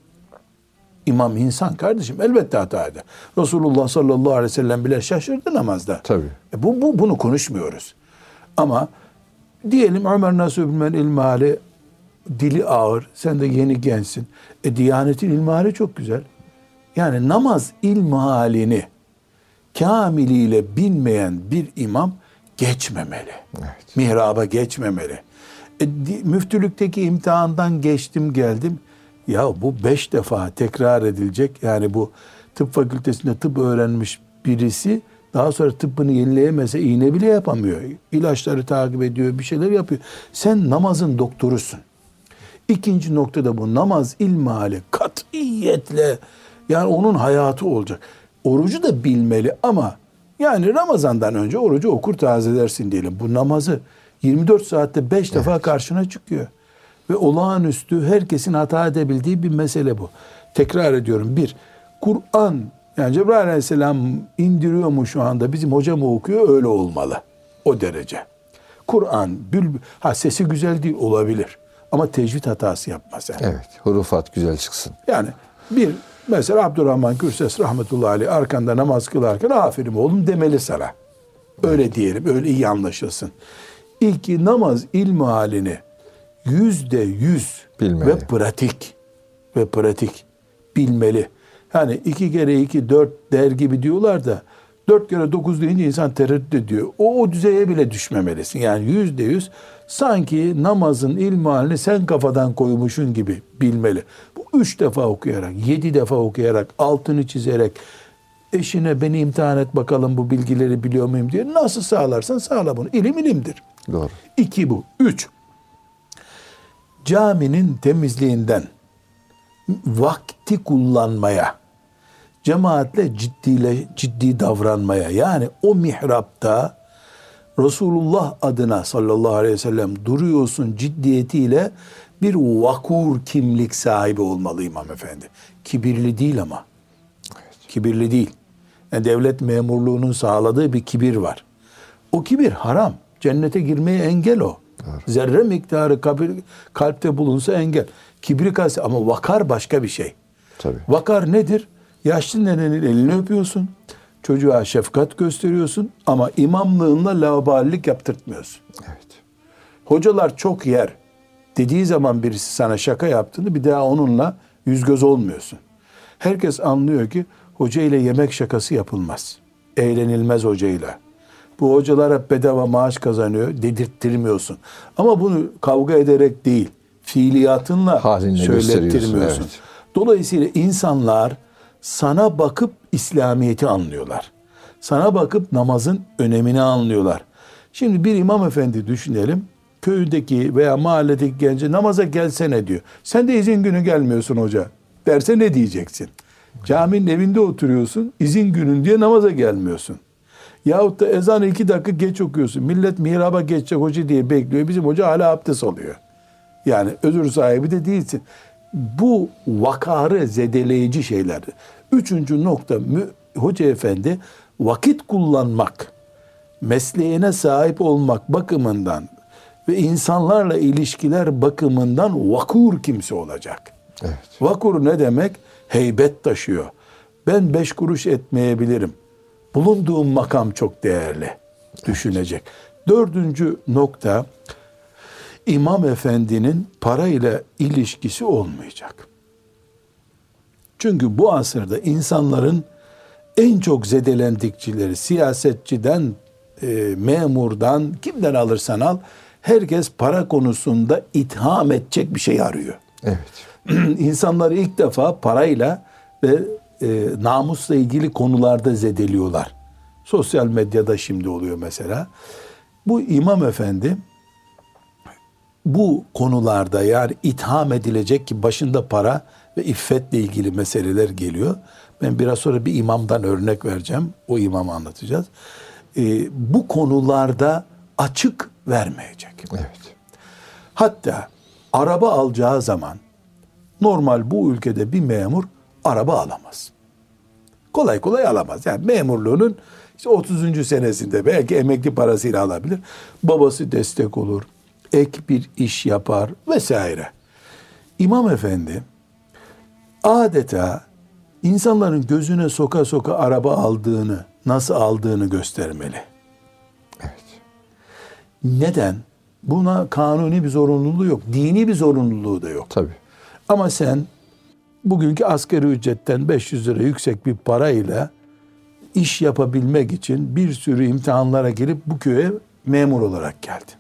[SPEAKER 2] İmam insan kardeşim, elbette hata eder. Resulullah sallallahu aleyhi ve sellem bile şaşırdı namazda.
[SPEAKER 1] Tabii.
[SPEAKER 2] Bunu konuşmuyoruz. Ama diyelim Ömer Nasuh Bilmen ilmihali dili ağır, sen de yeni gençsin. Diyanetin ilmihali çok güzel. Yani namaz ilmihalini kamiliyle bilmeyen bir imam geçmemeli.
[SPEAKER 1] Evet.
[SPEAKER 2] Mihraba geçmemeli. Müftülükteki imtihandan geçtim geldim. Ya bu 5 defa tekrar edilecek. Yani bu tıp fakültesinde tıp öğrenmiş birisi daha sonra tıbbını yenileyemese iğne bile yapamıyor. İlaçları takip ediyor, bir şeyler yapıyor. Sen namazın doktorusun. İkinci noktada bu namaz ilmihali katiyetle, yani onun hayatı olacak. Orucu da bilmeli ama yani Ramazan'dan önce orucu okur tazedersin diyelim. Bu namazı 24 saatte 5 defa karşına çıkıyor. Ve olağanüstü herkesin hata edebildiği bir mesele bu. Tekrar ediyorum. 1, Kur'an, yani Cebrail aleyhisselam indiriyor mu şu anda, bizim hoca mı okuyor, öyle olmalı. O derece. Kur'an, sesi güzel değil olabilir. Ama tecvid hatası yapmaz yani.
[SPEAKER 1] Evet. Hurufat güzel çıksın.
[SPEAKER 2] Yani mesela Abdurrahman Gürses rahmetullahi aleyh arkanda namaz kılarken aferin oğlum demeli sana. Öyle diyelim, öyle iyi anlaşılsın. 2, namaz ilmihalini %100
[SPEAKER 1] bilmeli.
[SPEAKER 2] ve pratik bilmeli. Yani 2 kere 2 4 der gibi diyorlar da 4 kere 9 deyince insan tereddüt ediyor. O düzeye bile düşmemelisin. Yani %100 sanki namazın ilmihalini sen kafadan koymuşun gibi bilmeli. Bu 3 defa okuyarak, 7 defa okuyarak, altını çizerek, eşine beni imtihan et bakalım bu bilgileri biliyor muyum diye nasıl sağlarsan sağla bunu. İlim ilimdir.
[SPEAKER 1] Doğru.
[SPEAKER 2] 2 bu. 3. Caminin temizliğinden vakti kullanmaya, cemaatle ciddi davranmaya, yani o mihrapta Resulullah adına sallallahu aleyhi ve sellem duruyorsun ciddiyetiyle, bir vakur kimlik sahibi olmalı imam efendi. Kibirli değil ama. Evet. Kibirli değil. Yani devlet memurluğunun sağladığı bir kibir var. O kibir haram. Cennete girmeye engel o. Evet. Zerre miktarı kalpte bulunsa engel. Kibri kalsa, ama vakar başka bir şey.
[SPEAKER 1] Tabii.
[SPEAKER 2] Vakar nedir? Yaşlı nenenin elini öpüyorsun. Çocuğa şefkat gösteriyorsun ama imamlığınla laubalilik yaptırtmıyorsun.
[SPEAKER 1] Evet.
[SPEAKER 2] Hocalar çok yer dediği zaman birisi sana şaka yaptığını bir daha onunla yüz göz olmuyorsun. Herkes anlıyor ki hoca ile yemek şakası yapılmaz. Eğlenilmez hocayla. Bu hocalar hep bedava maaş kazanıyor dedirttirmiyorsun. Ama bunu kavga ederek değil, fiiliyatınla
[SPEAKER 1] hazinle
[SPEAKER 2] söylettirmiyorsun.
[SPEAKER 1] Evet.
[SPEAKER 2] Dolayısıyla insanlar sana bakıp İslamiyet'i anlıyorlar. Sana bakıp namazın önemini anlıyorlar. Şimdi bir imam efendi düşünelim. Köydeki veya mahalledeki gence namaza gelsene diyor. Sen de izin günü gelmiyorsun hoca derse ne diyeceksin? Caminin evinde oturuyorsun, izin günün diye namaza gelmiyorsun. Yahut da ezanı 2 dakika geç okuyorsun. Millet mihraba geçecek hoca diye bekliyor. Bizim hoca hala abdest alıyor. Yani özür sahibi de değilsin. Bu vakarı zedeleyici şeylerdir. 3. nokta, hoca efendi vakit kullanmak, mesleğine sahip olmak bakımından ve insanlarla ilişkiler bakımından vakur kimse olacak.
[SPEAKER 1] Evet.
[SPEAKER 2] Vakur ne demek? Heybet taşıyor. Ben 5 kuruş etmeyebilirim. bulunduğun makam çok değerli. Düşünecek. Dördüncü nokta, İmam Efendi'nin parayla ilişkisi olmayacak. Çünkü bu asırda insanların en çok zedelendikçileri, siyasetçiden, memurdan, kimden alırsan al, herkes para konusunda itham edecek bir şey arıyor.
[SPEAKER 1] Evet.
[SPEAKER 2] İnsanları ilk defa parayla ve namusla ilgili konularda zedeliyorlar. Sosyal medyada şimdi oluyor mesela. Bu İmam Efendi bu konularda, yani itham edilecek ki başında para ve iffetle ilgili meseleler geliyor. Ben biraz sonra bir imamdan örnek vereceğim. O imamı anlatacağız. Bu konularda açık vermeyecek.
[SPEAKER 1] Evet.
[SPEAKER 2] Hatta araba alacağı zaman normal bu ülkede bir memur araba alamaz. Kolay kolay alamaz. Yani memurluğunun işte 30. senesinde belki emekli parasıyla alabilir. Babası destek olur. Ek bir iş yapar vesaire. İmam Efendi adeta insanların gözüne soka soka araba aldığını, nasıl aldığını göstermeli.
[SPEAKER 1] Evet.
[SPEAKER 2] Neden? Buna kanuni bir zorunluluğu yok. Dini bir zorunluluğu da yok.
[SPEAKER 1] Tabii.
[SPEAKER 2] Ama sen bugünkü asgari ücretten 500 lira yüksek bir parayla iş yapabilmek için bir sürü imtihanlara girip bu köye memur olarak geldin.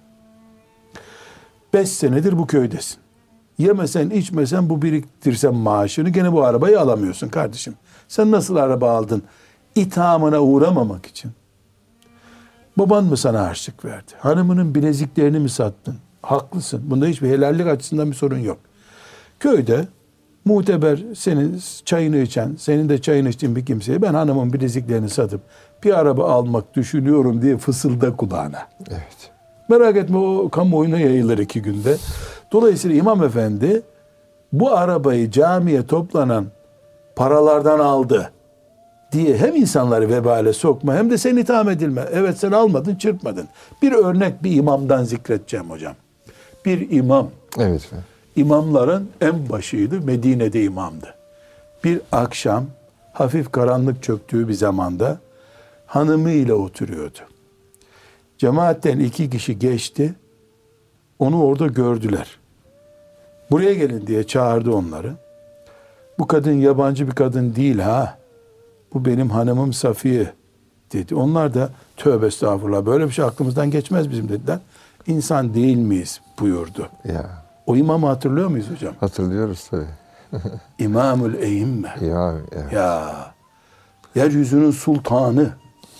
[SPEAKER 2] 5 senedir bu köydesin. Yemesen içmesen bu biriktirsen maaşını gene bu arabayı alamıyorsun kardeşim. Sen nasıl araba aldın? İthamına uğramamak için. Baban mı sana harçlık verdi? Hanımının bileziklerini mi sattın? Haklısın. Bunda hiçbir helallik açısından bir sorun yok. Köyde muteber senin çayını içen, senin de çayını içtiğin bir kimseye ben hanımın bileziklerini satıp bir araba almak düşünüyorum diye fısılda kulağına.
[SPEAKER 1] Evet.
[SPEAKER 2] Merak etme, o kamuoyuna yayılır 2 günde. Dolayısıyla İmam Efendi bu arabayı camiye toplanan paralardan aldı diye hem insanları vebale sokma hem de sen itham edilme. Evet, sen almadın, çırpmadın. Bir örnek bir imamdan zikredeceğim hocam. Bir imam,
[SPEAKER 1] Evet efendim.
[SPEAKER 2] imamların en başıydı, Medine'de imamdı. Bir akşam hafif karanlık çöktüğü bir zamanda hanımıyla oturuyordu. Cemaatten 2 kişi geçti, onu orada gördüler. Buraya gelin diye çağırdı onları. Bu kadın yabancı bir kadın değil ha. Bu benim hanımım Safiye dedi. Onlar da tövbe estağfurullah, böyle bir şey aklımızdan geçmez bizim dediler. İnsan değil miyiz buyurdu.
[SPEAKER 1] Ya.
[SPEAKER 2] O imamı hatırlıyor muyuz hocam?
[SPEAKER 1] Hatırlıyoruz tabii.
[SPEAKER 2] İmamül Eyyimme.
[SPEAKER 1] Ya, evet.
[SPEAKER 2] Ya. Yeryüzünün sultanı.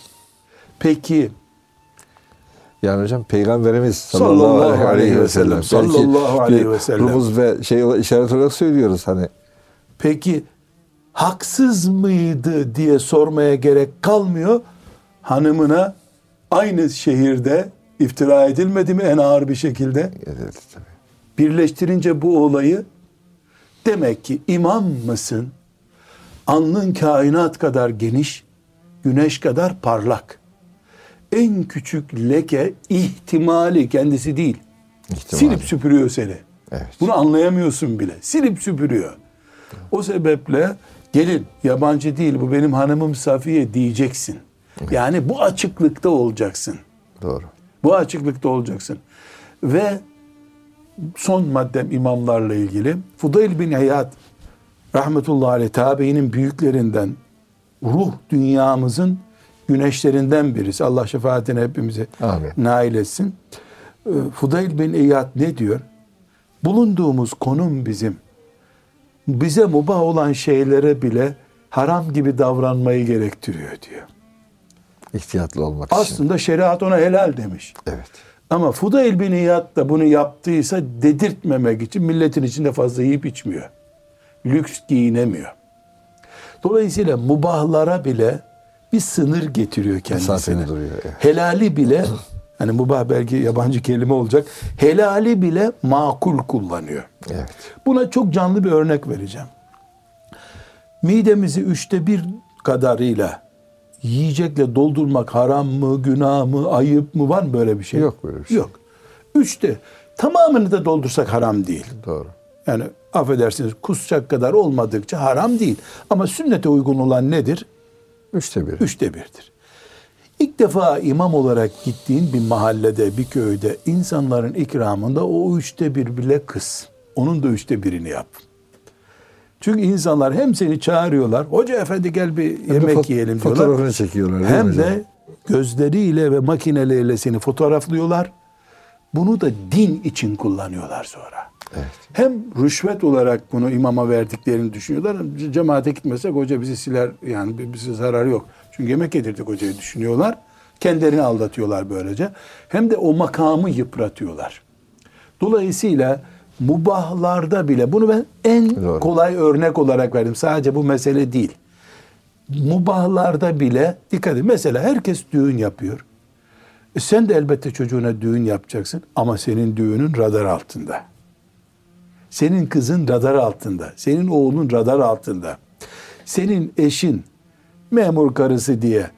[SPEAKER 2] Peki
[SPEAKER 1] Yani hocam Peygamberimiz sallallahu aleyhi ve sellem.
[SPEAKER 2] Sallallahu aleyhi ve sellem.
[SPEAKER 1] Rumuz ve işaret olarak söylüyoruz hani.
[SPEAKER 2] Peki haksız mıydı diye sormaya gerek kalmıyor. Hanımına aynı şehirde iftira edilmedi mi en ağır bir şekilde?
[SPEAKER 1] Evet tabii.
[SPEAKER 2] Birleştirince bu olayı, demek ki imam mısın? Alnın kainat kadar geniş, güneş kadar parlak. En küçük leke ihtimali, kendisi değil.
[SPEAKER 1] İhtimali.
[SPEAKER 2] Silip süpürüyor seni.
[SPEAKER 1] Evet.
[SPEAKER 2] Bunu anlayamıyorsun bile. Silip süpürüyor. O sebeple gelin, yabancı değil, bu benim hanımım Safiye diyeceksin. Yani bu açıklıkta olacaksın.
[SPEAKER 1] Doğru.
[SPEAKER 2] Bu açıklıkta olacaksın. Ve son maddem imamlarla ilgili. Fudayl bin İyad rahmetullahi aleyh, tabiinin büyüklerinden, ruh dünyamızın güneşlerinden birisi. Allah şefaatine hepimize
[SPEAKER 1] Amin.
[SPEAKER 2] nail etsin. Fudayl bin İyad ne diyor? Bulunduğumuz konum bize mubah olan şeylere bile haram gibi davranmayı gerektiriyor diyor.
[SPEAKER 1] İhtiyatlı olmak için.
[SPEAKER 2] Aslında şeriat ona helal demiş.
[SPEAKER 1] Evet.
[SPEAKER 2] Ama Fudayl bin İyad da bunu yaptıysa dedirtmemek için milletin içinde fazla yiyip içmiyor. Lüks giyinemiyor. Dolayısıyla mubahlara bile bir sınır getiriyor kendisine.
[SPEAKER 1] Mesafeli duruyor. Evet.
[SPEAKER 2] Helali bile, hani mubah belki yabancı kelime olacak, helali bile makul kullanıyor.
[SPEAKER 1] Evet.
[SPEAKER 2] Buna çok canlı bir örnek vereceğim. Midemizi 1/3 kadarıyla yiyecekle doldurmak haram mı, günah mı, ayıp mı, var mı böyle bir şey?
[SPEAKER 1] Yok böyle bir şey.
[SPEAKER 2] Yok. 3'te tamamını da doldursak haram değil.
[SPEAKER 1] Doğru.
[SPEAKER 2] Yani affedersiniz, kusacak kadar olmadıkça haram değil. Ama sünnete uygun olan nedir?
[SPEAKER 1] 1/3.
[SPEAKER 2] 1/3'dir. İlk defa imam olarak gittiğin bir mahallede, bir köyde insanların ikramında o 1/3 bile kız. Onun da 1/3'ini yap. Çünkü insanlar hem seni çağırıyorlar, hoca efendi gel bir yemek yiyelim diyorlar.
[SPEAKER 1] Fotoğrafını çekiyorlar.
[SPEAKER 2] Hem de gözleriyle ve makineleriyle seni fotoğraflıyorlar. Bunu da din için kullanıyorlar sonra.
[SPEAKER 1] Evet.
[SPEAKER 2] Hem rüşvet olarak bunu imama verdiklerini düşünüyorlar. Cemaate gitmesek hoca bizi siler, yani bize zarar yok. Çünkü yemek yedirdik hocayı düşünüyorlar. Kendilerini aldatıyorlar böylece. Hem de o makamı yıpratıyorlar. Dolayısıyla mubahlarda bile, bunu ben en
[SPEAKER 1] Doğru.
[SPEAKER 2] kolay örnek olarak verdim. Sadece bu mesele değil. Mubahlarda bile dikkat edin. Mesela herkes düğün yapıyor. Sen de elbette çocuğuna düğün yapacaksın ama senin düğünün radar altında. Senin kızın radar altında. Senin oğlun radar altında. Senin eşin memur karısı diye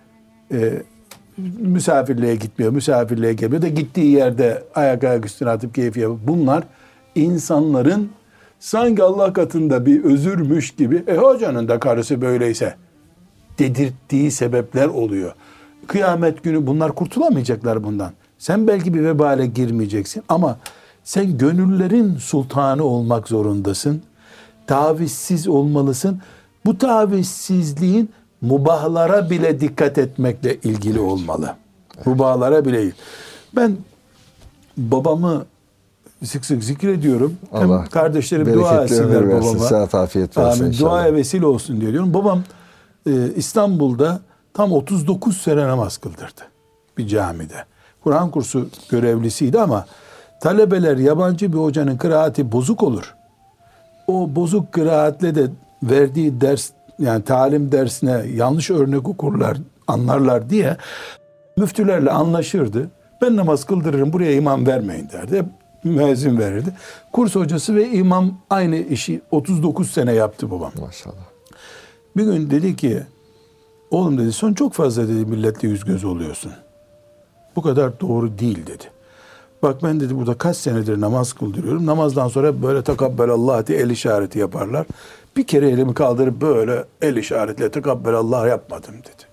[SPEAKER 2] misafirliğe gitmiyor, misafirliğe gelmiyor da gittiği yerde ayak üstüne atıp keyif yapıyor. Bunlar insanların sanki Allah katında bir özürmüş gibi hocanın da karısı böyleyse dedirttiği sebepler oluyor. Kıyamet günü bunlar kurtulamayacaklar bundan. Sen belki bir vebale girmeyeceksin ama sen gönüllerin sultanı olmak zorundasın. Tavizsiz olmalısın. Bu tavizsizliğin mubahlara bile dikkat etmekle ilgili olmalı. Mubahlara bile. Ben babamı sık sık zikrediyorum.
[SPEAKER 1] Allah
[SPEAKER 2] Hem kardeşlerim dua
[SPEAKER 1] bereketli
[SPEAKER 2] etsinler
[SPEAKER 1] ömür versin,
[SPEAKER 2] babama.
[SPEAKER 1] sıhhat afiyet versin
[SPEAKER 2] Amin.
[SPEAKER 1] inşallah.
[SPEAKER 2] Duaya vesile olsun diye diyorum. Babam İstanbul'da tam 39 sene namaz kıldırdı bir camide. Kur'an kursu görevlisiydi ama talebeler yabancı bir hocanın kıraati bozuk olur. O bozuk kıraatle de verdiği ders, yani talim dersine yanlış örnek okurlar, anlarlar diye müftülerle anlaşırdı. Ben namaz kıldırırım, buraya imam vermeyin derdi. Hep müezzin verirdi. Kurs hocası ve imam aynı işi 39 sene yaptı babam.
[SPEAKER 1] Maşallah.
[SPEAKER 2] Bir gün dedi ki, oğlum dedi, son çok fazla dedi milletle yüz göz oluyorsun. Bu kadar doğru değil dedi. Bak ben dedi burada kaç senedir namaz kıldırıyorum. Namazdan sonra böyle tekabbelallah diye el işareti yaparlar. Bir kere elimi kaldırıp böyle el işaretle tekabbelallah yapmadım dedi.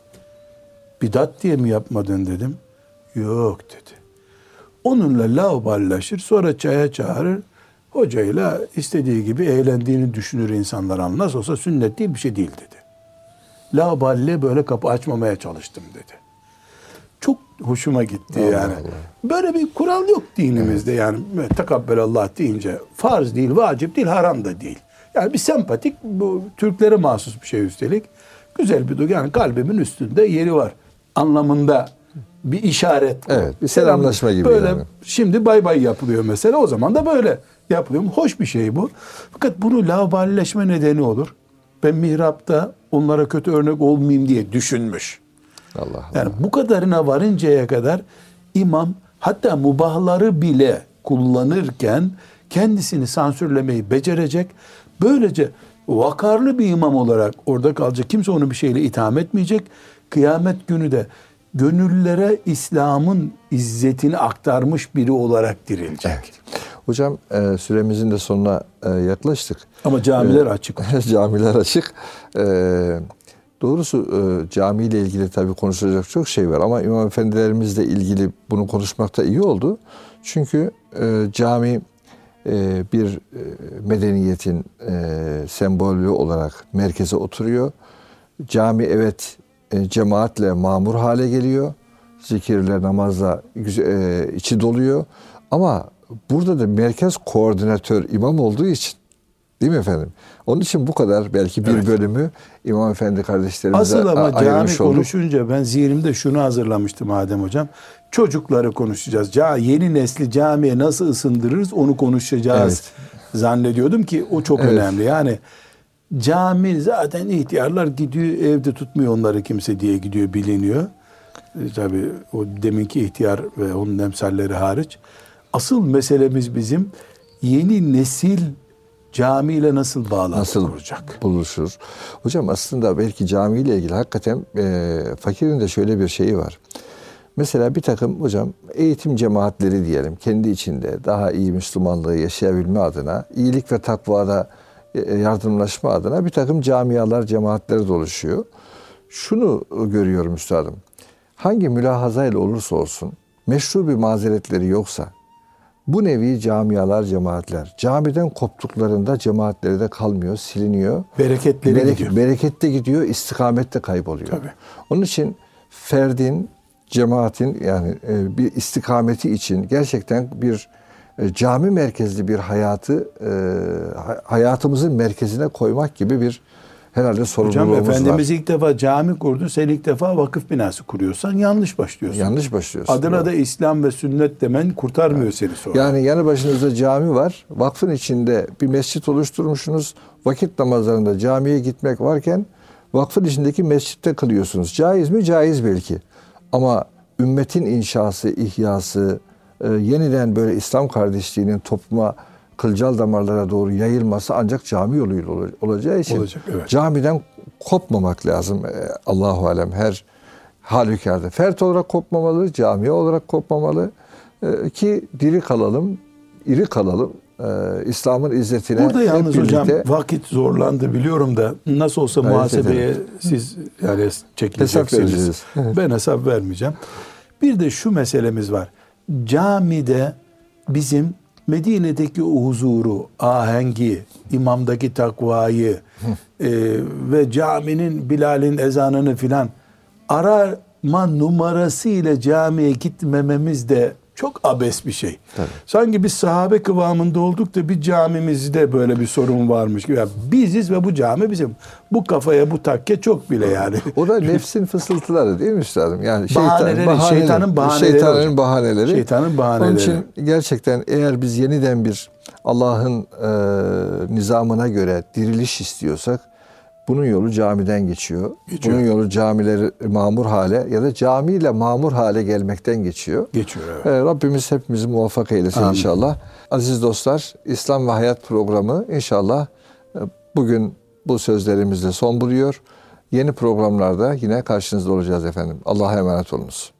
[SPEAKER 2] Bidat diye mi yapmadın dedim. Yok dedi. Onunla laubalileşir, sonra çaya çağırır. Hocayla istediği gibi eğlendiğini düşünür insanlar, ama nasıl olsa sünnet değil, bir şey değil dedi. Laubaliyle böyle kapı açmamaya çalıştım dedi. Çok hoşuma gitti
[SPEAKER 1] Allah
[SPEAKER 2] yani.
[SPEAKER 1] Allah.
[SPEAKER 2] Böyle bir kural yok dinimizde, yani tekabbelallah deyince farz değil, vacip değil, haram da değil. Yani bir sempatik, bu Türklere mahsus bir şey üstelik. Güzel bir duygu, yani kalbimin üstünde yeri var anlamında bir işaret. Bu.
[SPEAKER 1] Evet, bir selamlaşma gibi
[SPEAKER 2] böyle
[SPEAKER 1] yani.
[SPEAKER 2] Şimdi bay bay yapılıyor mesela, o zaman da böyle yapılıyor. Hoş bir şey bu. Fakat bunu laubalileşme nedeni olur. Ben mihrapta onlara kötü örnek olmayayım diye düşünmüş.
[SPEAKER 1] Allah Allah.
[SPEAKER 2] Yani bu kadarına varıncaya kadar imam hatta mubahları bile kullanırken kendisini sansürlemeyi becerecek. Böylece vakarlı bir imam olarak orada kalacak. Kimse onu bir şeyle itham etmeyecek. Kıyamet günü de gönüllere İslam'ın izzetini aktarmış biri olarak dirilecek.
[SPEAKER 1] Evet. Hocam süremizin de sonuna yaklaştık.
[SPEAKER 2] Ama camiler açık.
[SPEAKER 1] Camiler açık. Doğrusu camiyle ilgili tabii konuşulacak çok şey var ama imam efendilerimizle ilgili bunu konuşmakta iyi oldu. Çünkü cami bir medeniyetin sembolü olarak merkeze oturuyor. Cami evet cemaatle mamur hale geliyor. Zikirle, namazla içi doluyor. Ama burada da merkez koordinatör imam olduğu için, değil mi efendim? Onun için bu kadar belki bir bölümü imam efendi kardeşlerimize
[SPEAKER 2] asıl ama cami
[SPEAKER 1] ayırmış olduk.
[SPEAKER 2] konuşunca ben zihnimde şunu hazırlamıştım Adem hocam. Çocukları konuşacağız. Yeni nesli camiye nasıl ısındırırız onu konuşacağız. Zannediyordum ki o çok önemli. Yani cami zaten ihtiyarlar gidiyor, evde tutmuyor onları kimse diye gidiyor, biliniyor. Tabii o deminki ihtiyar ve onun emsalleri hariç. Asıl meselemiz bizim yeni nesil camiyle nasıl bağlantı kuracak?
[SPEAKER 1] Buluşur. Hocam aslında belki camiyle ilgili hakikaten fakirin de şöyle bir şeyi var. Mesela bir takım hocam eğitim cemaatleri diyelim, kendi içinde daha iyi Müslümanlığı yaşayabilme adına, iyilik ve takvada yardımlaşma adına bir takım camialar, cemaatler oluşuyor. Şunu görüyorum üstadım. hangi mülahazayla olursa olsun meşru bir mazeretleri yoksa bu nevi camialar, cemaatler camiden koptuklarında cemaatleri de kalmıyor, siliniyor.
[SPEAKER 2] Bereketleri gidiyor.
[SPEAKER 1] Bereket de gidiyor, istikamet de kayboluyor.
[SPEAKER 2] Tabii.
[SPEAKER 1] Onun için ferdin, cemaatin yani bir istikameti için gerçekten bir cami merkezli bir hayatı hayatımızın merkezine koymak gibi bir herhalde sorumluluğumuz
[SPEAKER 2] Hocam Efendimiz
[SPEAKER 1] var.
[SPEAKER 2] ilk defa cami kurdu. Sen ilk defa vakıf binası kuruyorsan yanlış başlıyorsun.
[SPEAKER 1] Yanlış başlıyorsun.
[SPEAKER 2] Adına da İslam ve sünnet demen kurtarmıyor seni sonra.
[SPEAKER 1] Yani yanı başınızda cami var. Vakfın içinde bir mescit oluşturmuşsunuz. Vakit namazlarında camiye gitmek varken vakfın içindeki mescitte kılıyorsunuz. Caiz mi? Caiz belki. Ama ümmetin inşası, ihyası, yeniden böyle İslam kardeşliğinin topluma kılcal damarlara doğru yayılması ancak cami yoluyla olacağı için
[SPEAKER 2] Evet.
[SPEAKER 1] camiden kopmamak lazım. Allahu alem her halükarda. Fert olarak kopmamalı, cami olarak kopmamalı ki diri kalalım, iri kalalım. İslam'ın izzetine
[SPEAKER 2] Burada yalnız
[SPEAKER 1] hep
[SPEAKER 2] hocam
[SPEAKER 1] birlikte
[SPEAKER 2] vakit zorlandı biliyorum da nasıl olsa
[SPEAKER 1] Gayret
[SPEAKER 2] muhasebeye
[SPEAKER 1] ederim.
[SPEAKER 2] siz yani
[SPEAKER 1] hesap
[SPEAKER 2] çekileceksiniz.
[SPEAKER 1] vereceğiz.
[SPEAKER 2] Ben hesap vermeyeceğim. Bir de şu meselemiz var. Camide bizim Medine'deki o huzuru, ahengi, imamdaki takvayı ve caminin Bilal'in ezanını filan arama numarası ile camiye gitmememiz de çok abes bir şey.
[SPEAKER 1] Tabii.
[SPEAKER 2] Sanki biz sahabe kıvamında olduk da bir camimizde böyle bir sorun varmış gibi. Yani biziz ve bu cami bizim. Bu kafaya bu takke çok bile yani.
[SPEAKER 1] O da nefsin fısıltıları değil mi üstadım? Yani
[SPEAKER 2] Şeytanın bahaneleri.
[SPEAKER 1] Şeytanın bahaneleri.
[SPEAKER 2] Şeytanın bahaneleri.
[SPEAKER 1] Onun için gerçekten eğer biz yeniden bir Allah'ın nizamına göre diriliş istiyorsak bunun yolu camiden geçiyor. Bunun yolu camileri mamur hale ya da camiyle mamur hale gelmekten geçiyor.
[SPEAKER 2] Evet.
[SPEAKER 1] Rabbimiz hepimizi muvaffak eylesin inşallah. Aziz dostlar, İslam ve Hayat programı inşallah bugün bu sözlerimizle son buluyor. Yeni programlarda yine karşınızda olacağız efendim. Allah'a emanet olunuz.